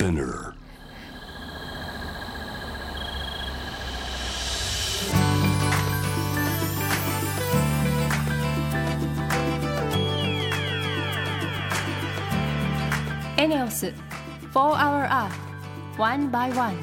Spinner. ENEOS 4-Hour Earth One by One。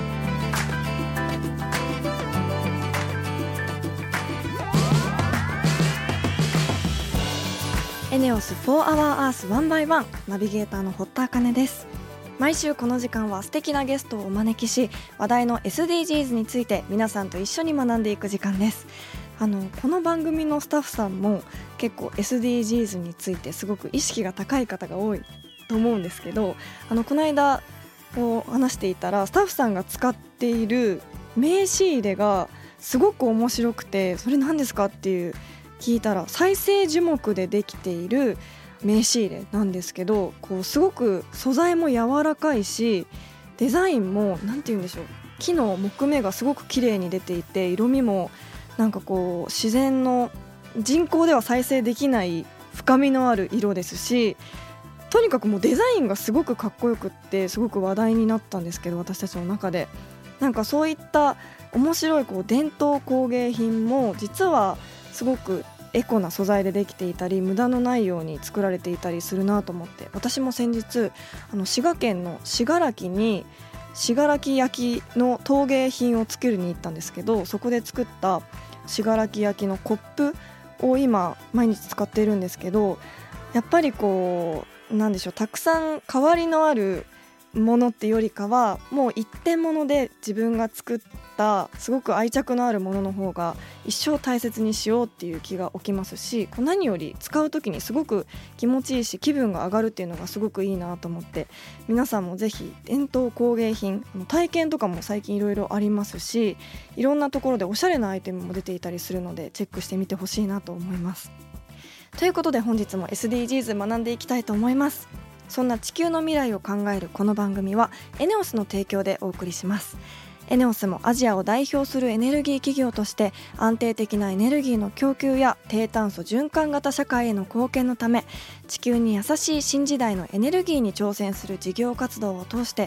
エネオス 4-Hour Earth One by One ナビゲーターの堀田茜です。毎週この時間は素敵なゲストをお招きし、話題の SDGs について皆さんと一緒に学んでいく時間です。この番組のスタッフさんも結構 SDGs についてすごく意識が高い方が多いと思うんですけど、この間話していたらスタッフさんが使っている名刺入れがすごく面白くて、それ何ですかっていう聞いたら再生樹木でできている名刺入れなんですけど、すごく素材も柔らかいし、デザインもなんて言うんでしょう、木の木目がすごく綺麗に出ていて、色味もなんか自然の人工では再生できない深みのある色ですし、とにかくもうデザインがすごくかっこよくってすごく話題になったんですけど、私たちの中でなんかそういった面白い伝統工芸品も実はすごくエコな素材でできていたり、無駄のないように作られていたりするなと思って、私も先日滋賀県の信楽に信楽焼の陶芸品を作りに行ったんですけど、そこで作った信楽焼のコップを今毎日使っているんですけど、やっぱりなんでしょう、たくさん代わりのあるものってよりかは、もう一点物で自分が作ったすごく愛着のあるものの方が一生大切にしようっていう気が起きますし、何より使う時にすごく気持ちいいし気分が上がるっていうのがすごくいいなと思って、皆さんもぜひ伝統工芸品体験とかも最近いろいろありますし、いろんなところでおしゃれなアイテムも出ていたりするのでチェックしてみてほしいなと思います。ということで本日も SDGs 学んでいきたいと思います。そんな地球の未来を考えるこの番組はエネオスの提供でお送りします。エネオスもアジアを代表するエネルギー企業として安定的なエネルギーの供給や低炭素循環型社会への貢献のため、地球に優しい新時代のエネルギーに挑戦する事業活動を通して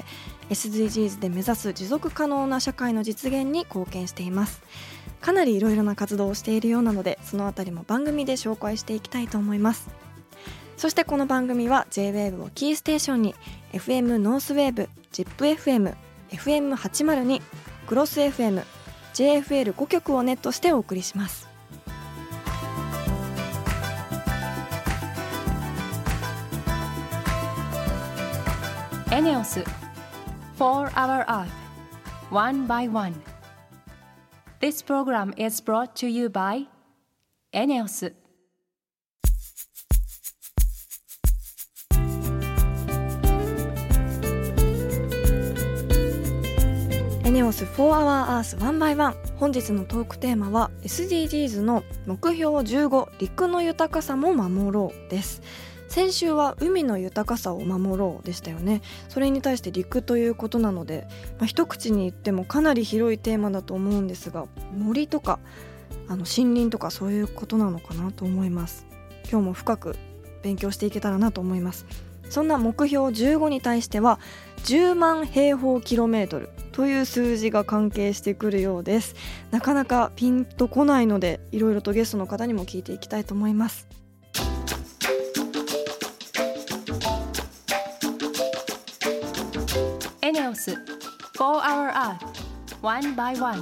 SDGs で目指す持続可能な社会の実現に貢献しています。かなりいろいろな活動をしているようなので、そのあたりも番組で紹介していきたいと思います。そしてこの番組は J-WAVE をキーステーションに FM ノースウェーブ、ZIPFM、FM802、クロス FM、JFL5 曲をネットしてお送りします。 ENEOS 4-Hour Earth One by One。 This program is brought to you by ENEOS。 エネオス 4-Hour Earth One by One。 本日のトークテーマは SDGs の目標15、陸の豊かさも守ろうです。先週は海の豊かさを守ろうでしたよね。それに対して陸ということなので、一口に言ってもかなり広いテーマだと思うんですが、森とか森林とかそういうことなのかなと思います。今日も深く勉強していけたらなと思います。そんな目標15に対しては10万平方キロメートルという数字が関係してくるようです。なかなかピンとこないので、いろいろとゲストの方にも聞いていきたいと思います。 ENEOS 4-Hour Earth One by One。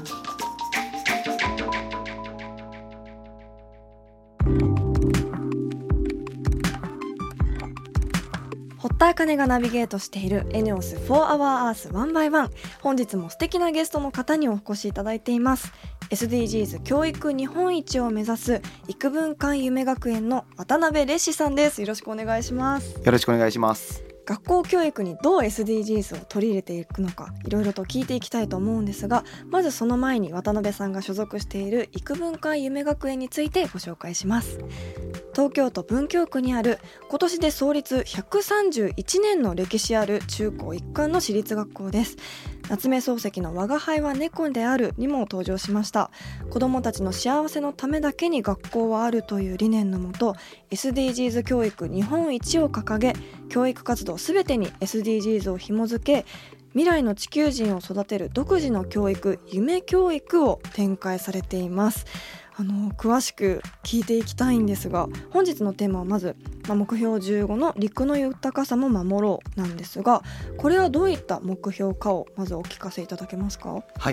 堀田茜がナビゲートしている ENEOS 4-Hour Earth One by One。 本日も素敵なゲストの方にお越しいただいています。 SDGs 教育日本一を目指す育文館夢学園の渡辺烈士さんです。よろしくお願いします。 よろしくお願いします。 学校教育にどう SDGs を取り入れていくのか、いろいろと聞いていきたいと思うんですが、まずその前に渡辺さんが所属している育文館夢学園についてご紹介します。 東京都文京区にある今年で創立131年の歴史ある中高一貫の私立学校です。夏目漱石の我が輩は猫であるにも登場しました。子どもたちの幸せのためだけに学校はあるという理念のもと SDGs 教育日本一を掲げ、教育活動すべてに SDGs を紐づけ、未来の地球人を育てる独自の教育、夢教育を展開されています。詳しく聞いていきたいんですが、本日のテーマはまず、目標15の陸の豊かさも守ろうなんですが、これはどういった目標かをまずお聞かせいただけますか？ はい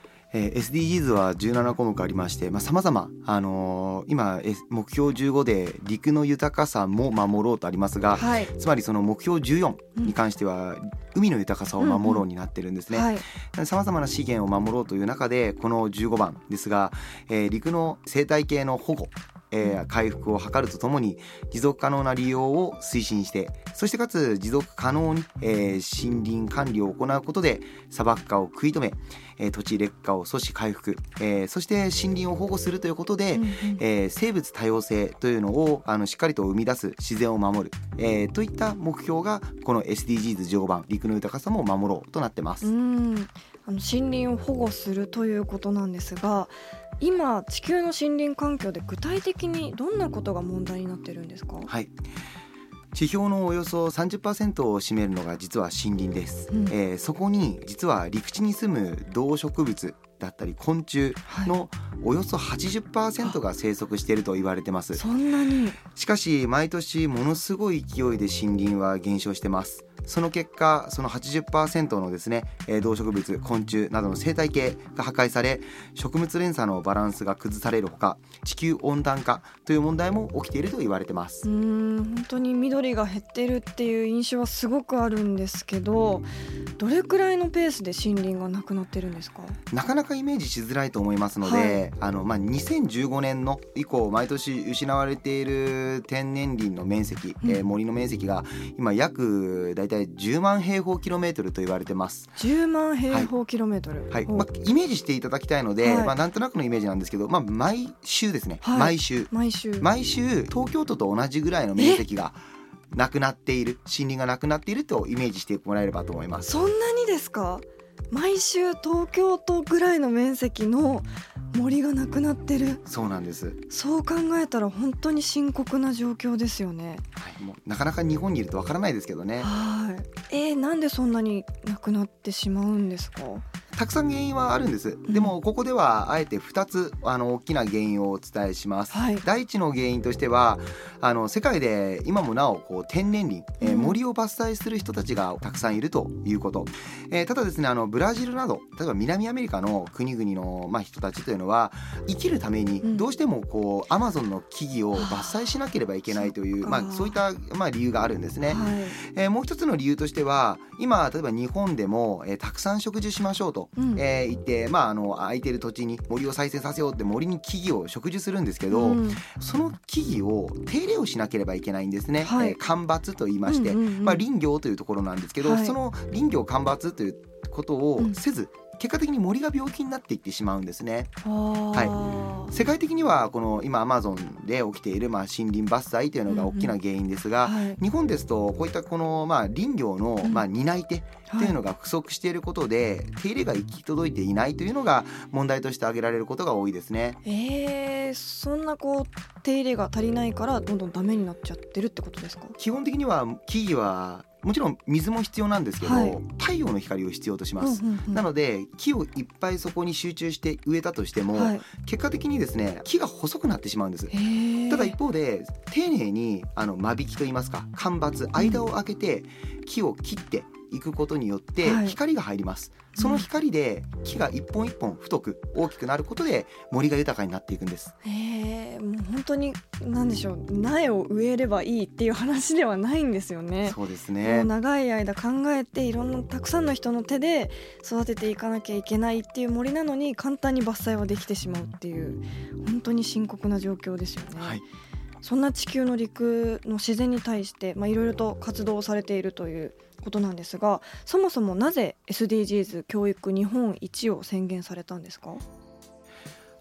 、SDGs は17項目ありまして、様々、今、目標15で陸の豊かさも守ろうとありますが、 はい、 つまりその目標14に関しては、海の豊かさを守ろうになってるんですね。様々な資源を守ろうという中でこの15番ですが、陸の生態系の保護、回復を図るとともに持続可能な利用を推進して、そしてかつ持続可能に、森林管理を行うことで砂漠化を食い止め、土地劣化を阻止回復、そして森林を保護するということで、生物多様性というのをしっかりと生み出す、自然を守る、といった目標がこの SDGs15 番陸の豊かさも守ろうとなってます。 森林を保護するということなんですが、今地球の森林環境で具体的にどんなことが問題になっているんですか？ はい、地表のおよそ 30% を占めるのが実は森林です。そこに実は陸地に住む動植物だったり昆虫のおよそ 80% が生息していると言われてます。 そんなに？しかし毎年ものすごい勢いで森林は減少してます。その結果、その 80% のですね、動植物、昆虫などの生態系が破壊され、食物連鎖のバランスが崩されるほか、地球温暖化という問題も起きていると言われてます。 本当に緑が減っているっていう印象はすごくあるんですけど、どれくらいのペースで森林がなくなってるんですか？ なかなかイメージしづらいと思いますので、2015年の以降毎年失われている天然林の面積、森の面積が今約だいたい10万平方キロメートルと言われてます。 10万平方キロメートル、 はい、イメージしていただきたいので、なんとなくのイメージなんですけど、毎週ですね、毎週東京都と同じぐらいの面積がなくなっている、森林がなくなっているとイメージしてもらえればと思います。 そんなにですか？毎週東京都ぐらいの面積の森がなくなってる。 そうなんです。 そう考えたら本当に深刻な状況ですよね。 もうなかなか日本にいるとわからないですけどね。 なんでそんなになくなってしまうんですか？ たくさん原因はあるんです。でもここではあえて2つ大きな原因をお伝えします。第一の原因としては世界で今もなお天然林、森を伐採する人たちがたくさんいるということ。ただですね、ブラジルなど例えば南アメリカの国々の、人たちというのは生きるためにどうしてもアマゾンの木々を伐採しなければいけないという、そういった、理由があるんですね。もう一つの理由としては、今例えば日本でも、たくさん植樹しましょうと言って、空いてる土地に森を再生させようって森に木々を植樹するんですけど、その木々を手入れをしなければいけないんですね。間伐と言いまして、林業というところなんですけど、その林業間伐ということをせず、結果的に森が病気になっていってしまうんですね。世界的にはこの今アマゾンで起きている森林伐採というのが大きな原因ですが、日本ですとこういったこの林業の担い手というのが不足していることで、手入れが行き届いていないというのが問題として挙げられることが多いですね。 そんな手入れが足りないからどんどんダメになっちゃってるってことですか？ 基本的には木々はもちろん水も必要なんですけど、太陽の光を必要とします。なので木をいっぱいそこに集中して植えたとしても、結果的にですね木が細くなってしまうんです。ただ一方で丁寧に間引きといいますか、間伐、間を空けて木を切っていくことによって光が入ります。その光で木が一本一本太く大きくなることで森が豊かになっていくんです。 もう本当に何でしょう、苗を植えればいいっていう話ではないんですよね。 そうですね。 もう長い間考えていろんなたくさんの人の手で育てていかなきゃいけないっていう森なのに、簡単に伐採はできてしまうっていう本当に深刻な状況ですよね。そんな地球の陸の自然に対していろいろと活動をされているということなんですが、そもそもなぜ SDGs 教育日本一を宣言されたんですか？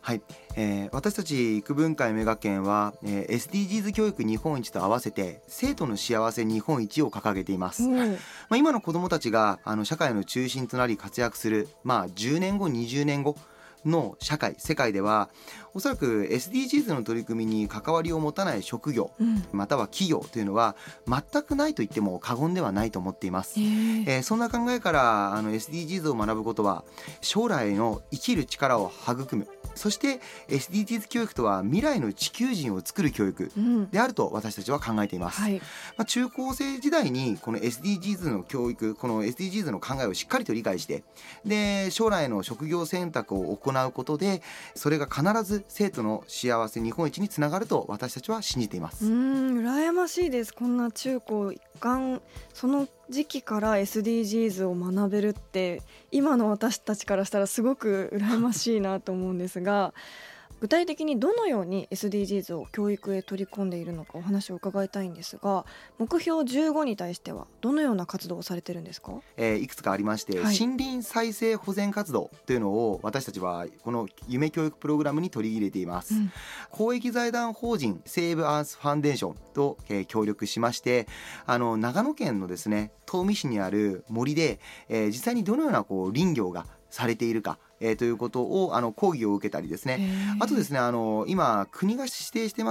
はい、私たち育文会目学園は、SDGs 教育日本一と合わせて生徒の幸せ日本一を掲げています。今の子どもたちが社会の中心となり活躍する、10年後20年後の社会世界ではおそらく SDGs の取り組みに関わりを持たない職業、または企業というのは全くないと言っても過言ではないと思っています。そんな考えからSDGs を学ぶことは将来の生きる力を育む、そして SDGs 教育とは未来の地球人を作る教育であると私たちは考えています。中高生時代にこの SDGs の教育、この SDGs の考えをしっかりと理解して、で将来の職業選択を行うことでそれが必ず生徒の幸せ日本一につながると私たちは信じています。 羨ましいです。こんな中高一貫その時期から SDGs を学べるって今の私たちからしたらすごく羨ましいなと思うんですが、具体的にどのように SDGs を教育へ取り込んでいるのかお話を伺いたいんですが、目標15に対してはどのような活動をされてるんですか？ いくつかありまして、森林再生保全活動というのを私たちはこの夢教育プログラムに取り入れています。公益財団法人セーブアースファンデーションと、協力しまして長野県のですね東御市にある森で、実際にどのような林業がされているか、ということを講義を受けたりですね、あとですね今国が指定してます、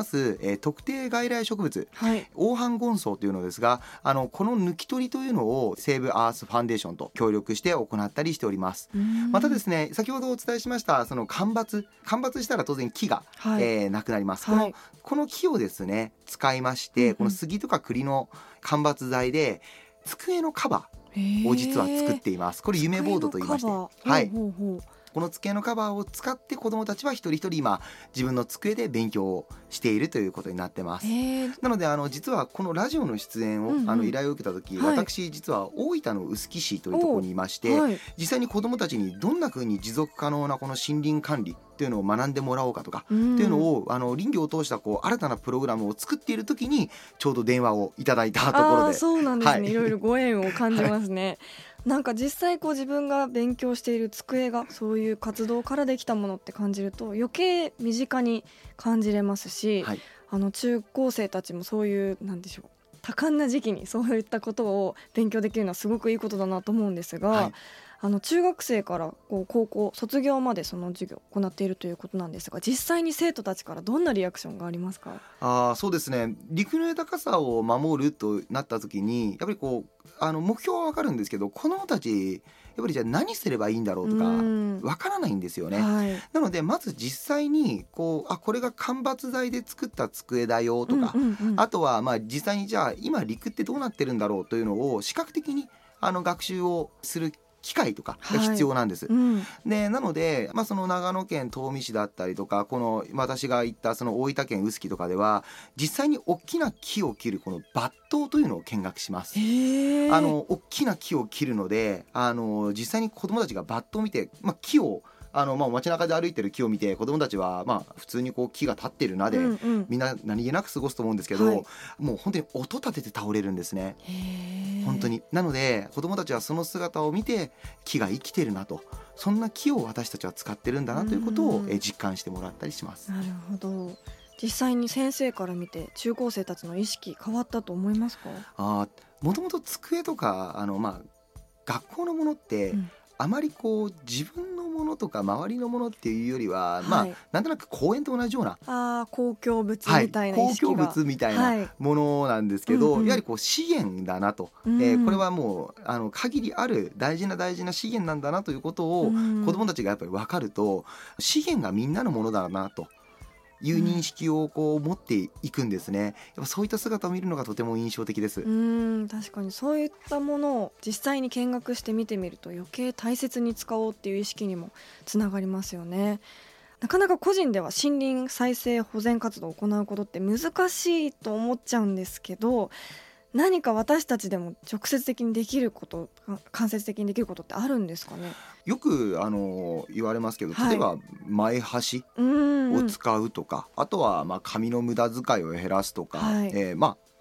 特定外来植物、オオハンゴンソウというのですがこの抜き取りというのをセーブアースファンデーションと協力して行ったりしております。またですね先ほどお伝えしましたその間伐したら当然木が、なくなります。この木をですね使いまして、この杉とか栗の間伐材で机のカバーを実は作っています。これ夢ボードと言いまして、この机のカバーを使って子どもたちは一人一人今自分の机で勉強をしているということになってます。なので実はこのラジオの出演を依頼を受けた時、私実は大分の臼杵市というところにいまして、実際に子どもたちにどんな風に持続可能なこの森林管理というのを学んでもらおうかとかっていうのを林業を通した新たなプログラムを作っている時にちょうど電話をいただいたところで。 そうなんですね、いろいろご縁を感じますね。なんか実際自分が勉強している机がそういう活動からできたものって感じると余計身近に感じれますし、中高生たちもそういうなんでしょう多感な時期にそういったことを勉強できるのはすごくいいことだなと思うんですが、中学生から高校卒業までその授業を行っているということなんですが、実際に生徒たちからどんなリアクションがありますか？ そうですね、陸の豊かさを守るとなった時にやっぱり目標は分かるんですけど、子どもたちやっぱりじゃあ何すればいいんだろうとか分からないんですよね。なのでまず実際にこれが間伐材で作った机だよとか、あとは実際にじゃあ今陸ってどうなってるんだろうというのを視覚的に学習をする機会とかが必要なんです。でなので、その長野県東御市だったりとかこの私が行ったその大分県臼杵とかでは実際に大きな木を切るこの伐倒というのを見学します。大きな木を切るので実際に子どもたちが伐倒を見て、木を街中で歩いてる木を見て子どもたちは普通に木が立ってるなで、みんな何気なく過ごすと思うんですけど、もう本当に音立てて倒れるんですね。本当に。なので子どもたちはその姿を見て木が生きてるなと、そんな木を私たちは使ってるんだなということを実感してもらったりします。 なるほど。実際に先生から見て中高生たちの意識変わったと思いますか？ もともと机とか学校のものって、あまり自分のものとか周りのものっていうよりは、なんとなく公園と同じような公共物みたいな意識が、 公共物みたいなものなんですけど、やはり資源だなと、これはもう限りある大事な資源なんだなということを子どもたちがやっぱり分かると、資源がみんなのものだなという認識を持っていくんですね。やっぱそういった姿を見るのがとても印象的です。 確かにそういったものを実際に見学して見てみると余計大切に使おうっていう意識にもつながりますよね。なかなか個人では森林再生保全活動を行うことって難しいと思っちゃうんですけど、何か私たちでも直接的にできること、間接的にできることってあるんですかね？ よく言われますけど、例えば前端を使うとか、あとは紙の無駄遣いを減らすとか、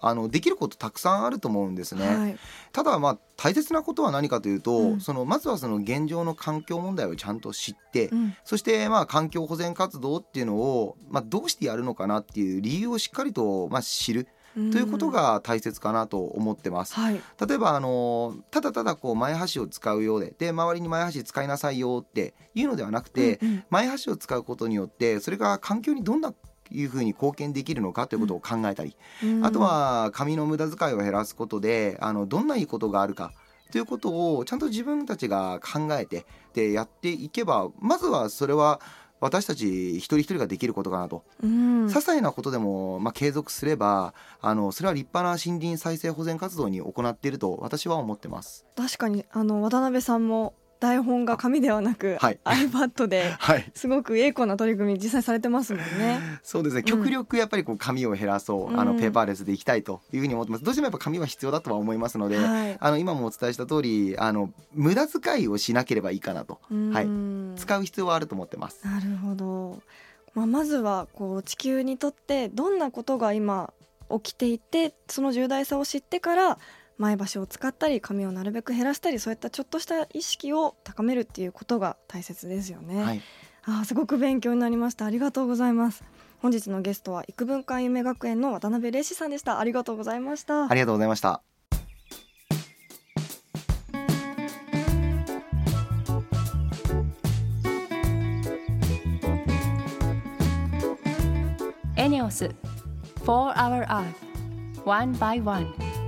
できることたくさんあると思うんですね、はい、ただ大切なことは何かというと、まずはその現状の環境問題をちゃんと知って、そして環境保全活動っていうのを、どうしてやるのかなっていう理由をしっかりと知るということが大切かなと思ってます、はい、例えばただただ前箸を使うようで周りに前箸使いなさいよっていうのではなくて、前箸を使うことによってそれが環境にどんないうふうに貢献できるのかということを考えたり、あとは紙の無駄遣いを減らすことでどんないいことがあるかということをちゃんと自分たちが考えてでやっていけば、まずはそれは私たち一人一人ができることかなと、些細なことでも継続すればそれは立派な森林再生保全活動に行っていると私は思ってます。 確かに渡辺さんも台本が紙ではなく、はい、iPad ですごくエコな取り組み実際されてますもんね。 そうですね、極力やっぱり紙を減らそう、ペーパーレスでいきたいというふうに思ってます。どうしてもやっぱ紙は必要だとは思いますので、はい、今もお伝えした通り無駄遣いをしなければいいかなと、はい、使う必要はあると思ってます。 なるほど、まずは地球にとってどんなことが今起きていて、その重大さを知ってから前箸を使ったり紙をなるべく減らしたり、そういったちょっとした意識を高めるっていうことが大切ですよね、はい、すごく勉強になりました。ありがとうございます。本日のゲストは育文館夢学園の渡辺礼志さんでした。ありがとうございました。 ありがとうございました。 エネオス For Our Earth One by One。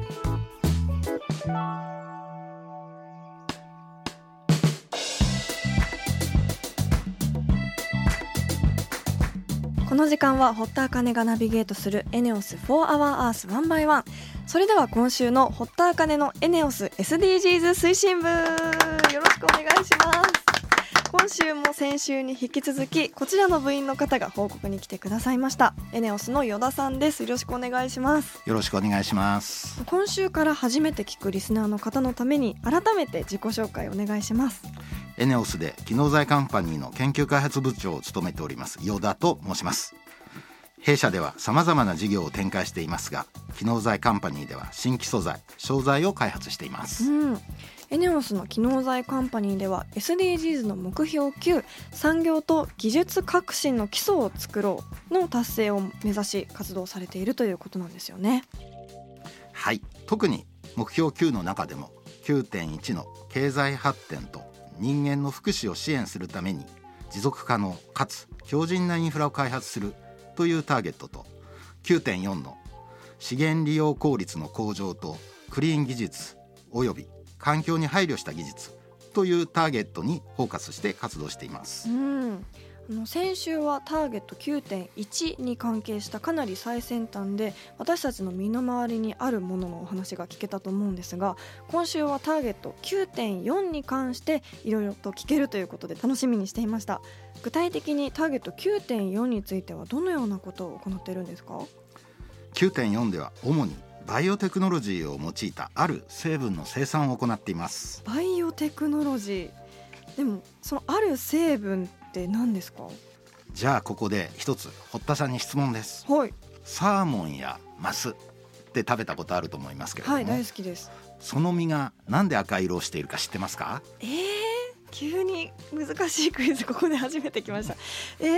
この時間は堀田茜がナビゲートするエネオス For Our Earth One by One。それでは今週の堀田茜のエネオス SDGs 推進部、よろしくお願いします。今週も先週に引き続きこちらの部員の方が報告に来てくださいました。エネオスの依田さんです。よろしくお願いします。 よろしくお願いします。 今週から初めて聞くリスナーの方のために改めて自己紹介お願いします。 エネオスで機能材カンパニーの研究開発部長を務めております依田と申します。弊社では様々な事業を展開していますが、機能材カンパニーでは新規素材、商材を開発しています、 エネオスの機能材カンパニーでは SDGs の目標9、産業と技術革新の基礎を作ろうの達成を目指し活動されているということなんですよね。 はい、特に目標9の中でも 9.1 の経済発展と人間の福祉を支援するために持続可能かつ強靭なインフラを開発するというターゲットと、 9.4 の資源利用効率の向上とクリーン技術および環境に配慮した技術というターゲットにフォーカスして活動しています。 先週はターゲット 9.1 に関係したかなり最先端で私たちの身の回りにあるもののお話が聞けたと思うんですが、今週はターゲット 9.4 に関していろいろと聞けるということで楽しみにしていました。具体的にターゲット 9.4 についてはどのようなことを行っているんですか？ 9.4 では主にバイオテクノロジーを用いたある成分の生産を行っています。 バイオテクノロジー、でもそのある成分って何ですか？ じゃあここで一つ堀田さんに質問です、 はい、 サーモンやマスって食べたことあると思いますけれども、 はい、大好きです。 その身がなんで赤色をしているか知ってますか？ 急に難しいクイズここで初めて来ました。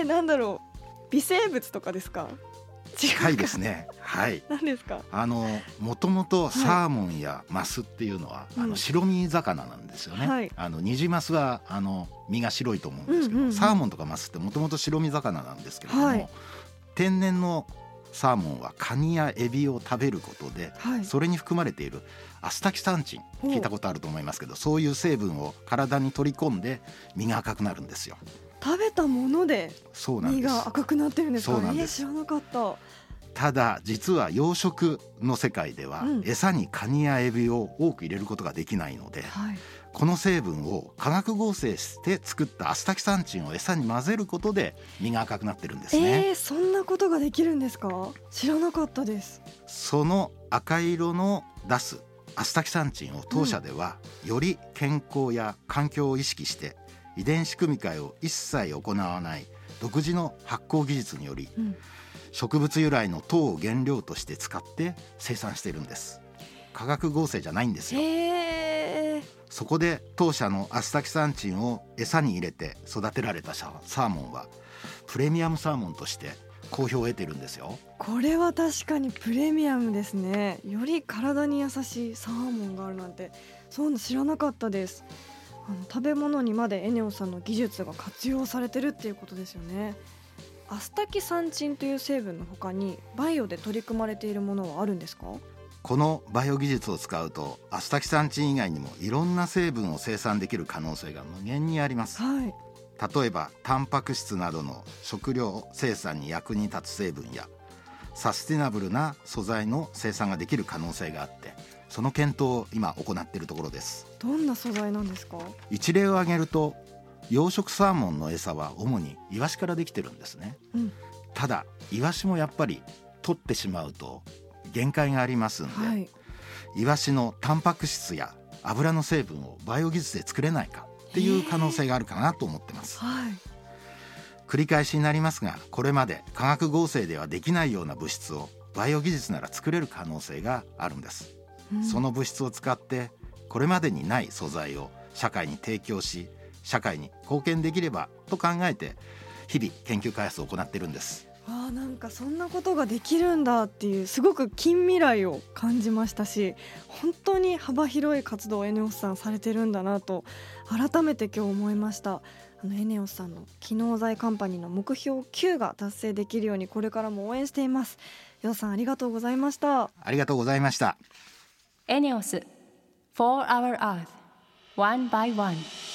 なんだろう、微生物とかですか？ 近いですね。はい。 何ですか？ もともとサーモンやマスっていうのは、白身魚なんですよね、はい、ニジマスは身が白いと思うんですけど、サーモンとかマスってもともと白身魚なんですけれども、はい、天然のサーモンはカニやエビを食べることで、はい、それに含まれているアスタキサンチン、聞いたことあると思いますけど、そういう成分を体に取り込んで身が赤くなるんですよ。 食べたもので身が赤くなってるんですか？ そうなんです。 知らなかった。 ただ実は養殖の世界では、餌にカニやエビを多く入れることができないので、はい、この成分を化学合成して作ったアスタキサンチンを餌に混ぜることで身が赤くなってるんですね。 そんなことができるんですか？知らなかったです。 その赤色の出すアスタキサンチンを当社では、より健康や環境を意識して遺伝子組み換えを一切行わない独自の発酵技術により、 植物由来の糖を原料として使って生産しているんです。化学合成じゃないんですよ。そこで当社のアスタキサンチンを餌に入れて育てられたサーモンはプレミアムサーモンとして好評を得てるんですよ。 これは確かにプレミアムですね。より体に優しいサーモンがあるなんて、そういうの知らなかったです。食べ物にまでエネオスさんの技術が活用されてるっていうことですよね。アスタキサンチンという成分の他にバイオで取り組まれているものはあるんですか？ このバイオ技術を使うとアスタキサンチン以外にもいろんな成分を生産できる可能性が無限にあります、例えばタンパク質などの食料生産に役に立つ成分やサスティナブルな素材の生産ができる可能性があって、その検討を今行っているところです。 どんな素材なんですか？ 一例を挙げると、養殖サーモンの餌は主にイワシからできてるんですね、ただイワシもやっぱり取ってしまうと限界がありますんで、イワシのタンパク質や油の成分をバイオ技術で作れないかっていう可能性があるかなと思ってます、繰り返しになりますが、これまで化学合成ではできないような物質をバイオ技術なら作れる可能性があるんです、その物質を使ってこれまでにない素材を社会に提供し、社会に貢献できればと考えて日々研究開発を行っているんです。 なんかそんなことができるんだっていうすごく近未来を感じましたし、本当に幅広い活動をエネオスさんされてるんだなと改めて今日思いました。エネオスさんの機能剤カンパニーの目標9が達成できるようにこれからも応援しています。ヨウさんありがとうございました。 ありがとうございました。 エネオス For Our Earth One by One。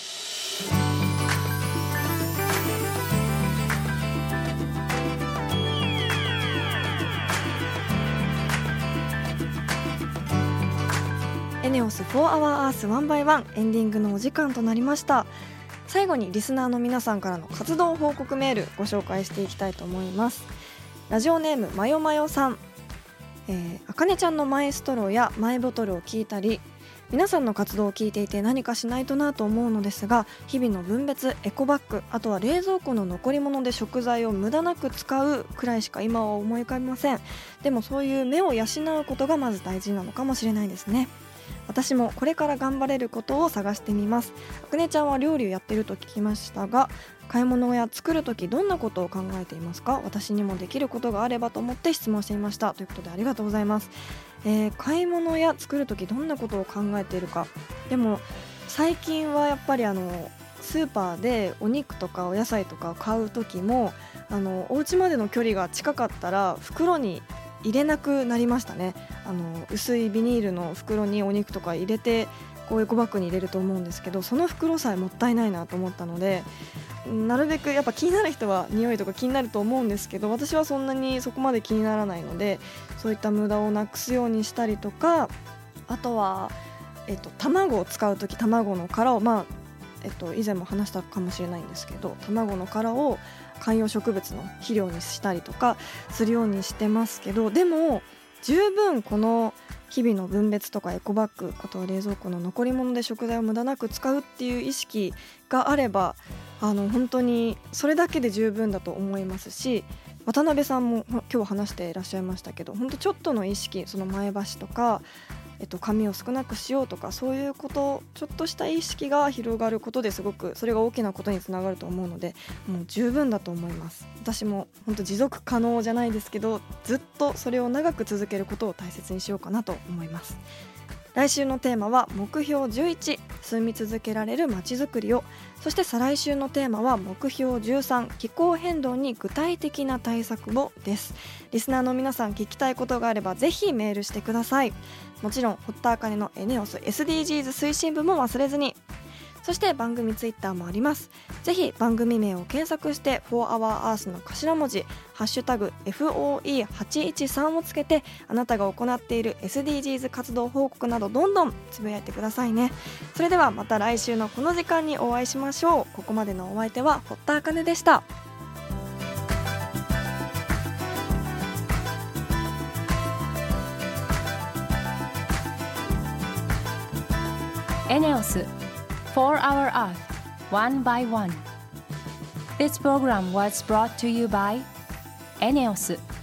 エネオス For Our Earth One by One エンディングのお時間となりました。最後にリスナーの皆さんからの活動報告メールご紹介していきたいと思います。ラジオネームまよまよさん、あかねちゃんのマイストローやマイボトルを聞いたり、皆さんの活動を聞いていて何かしないとなと思うのですが、日々の分別、エコバッグ、あとは冷蔵庫の残り物で食材を無駄なく使うくらいしか今は思い浮かびません。でもそういう目を養うことがまず大事なのかもしれないですね。私もこれから頑張れることを探してみます。あくねちゃんは料理をやってると聞きましたが、買い物や作るときどんなことを考えていますか？私にもできることがあればと思って質問してみました、ということでありがとうございます。買い物や作るときどんなことを考えているか。でも最近はやっぱりスーパーでお肉とかお野菜とかを買うときもお家までの距離が近かったら袋に入れなくなりましたね。薄いビニールの袋にお肉とか入れてこうエコバッグに入れると思うんですけど、その袋さえもったいないなと思ったので、なるべくやっぱ気になる人は匂いとか気になると思うんですけど、私はそんなにそこまで気にならないので、そういった無駄をなくすようにしたりとか、あとは、卵を使うとき卵の殻を、以前も話したかもしれないんですけど、卵の殻を観葉植物の肥料にしたりとかするようにしてますけど、でも十分この日々の分別とかエコバッグ、あとは冷蔵庫の残り物で食材を無駄なく使うっていう意識があれば本当にそれだけで十分だと思いますし、渡辺さんも今日話していらっしゃいましたけど、本当ちょっとの意識、その前橋とか紙を少なくしようとか、そういうこと、ちょっとした意識が広がることですごくそれが大きなことにつながると思うので、もう十分だと思います。私も本当持続可能じゃないですけど、ずっとそれを長く続けることを大切にしようかなと思います。来週のテーマは目標11、住み続けられるまちづくりを。そして再来週のテーマは目標13、気候変動に具体的な対策をです。リスナーの皆さん、聞きたいことがあればぜひメールしてください。もちろん堀田茜のエネオス SDGs 推進部も忘れずに。そして番組ツイッターもあります。ぜひ番組名を検索して For Our Earth の頭文字ハッシュタグ FOE813 をつけて、あなたが行っている SDGs 活動報告などどんどんつぶやいてくださいね。それではまた来週のこの時間にお会いしましょう。ここまでのお相手は堀田茜でした。 エネオス For Our Earth One by One。 This program was brought to you by エネオス。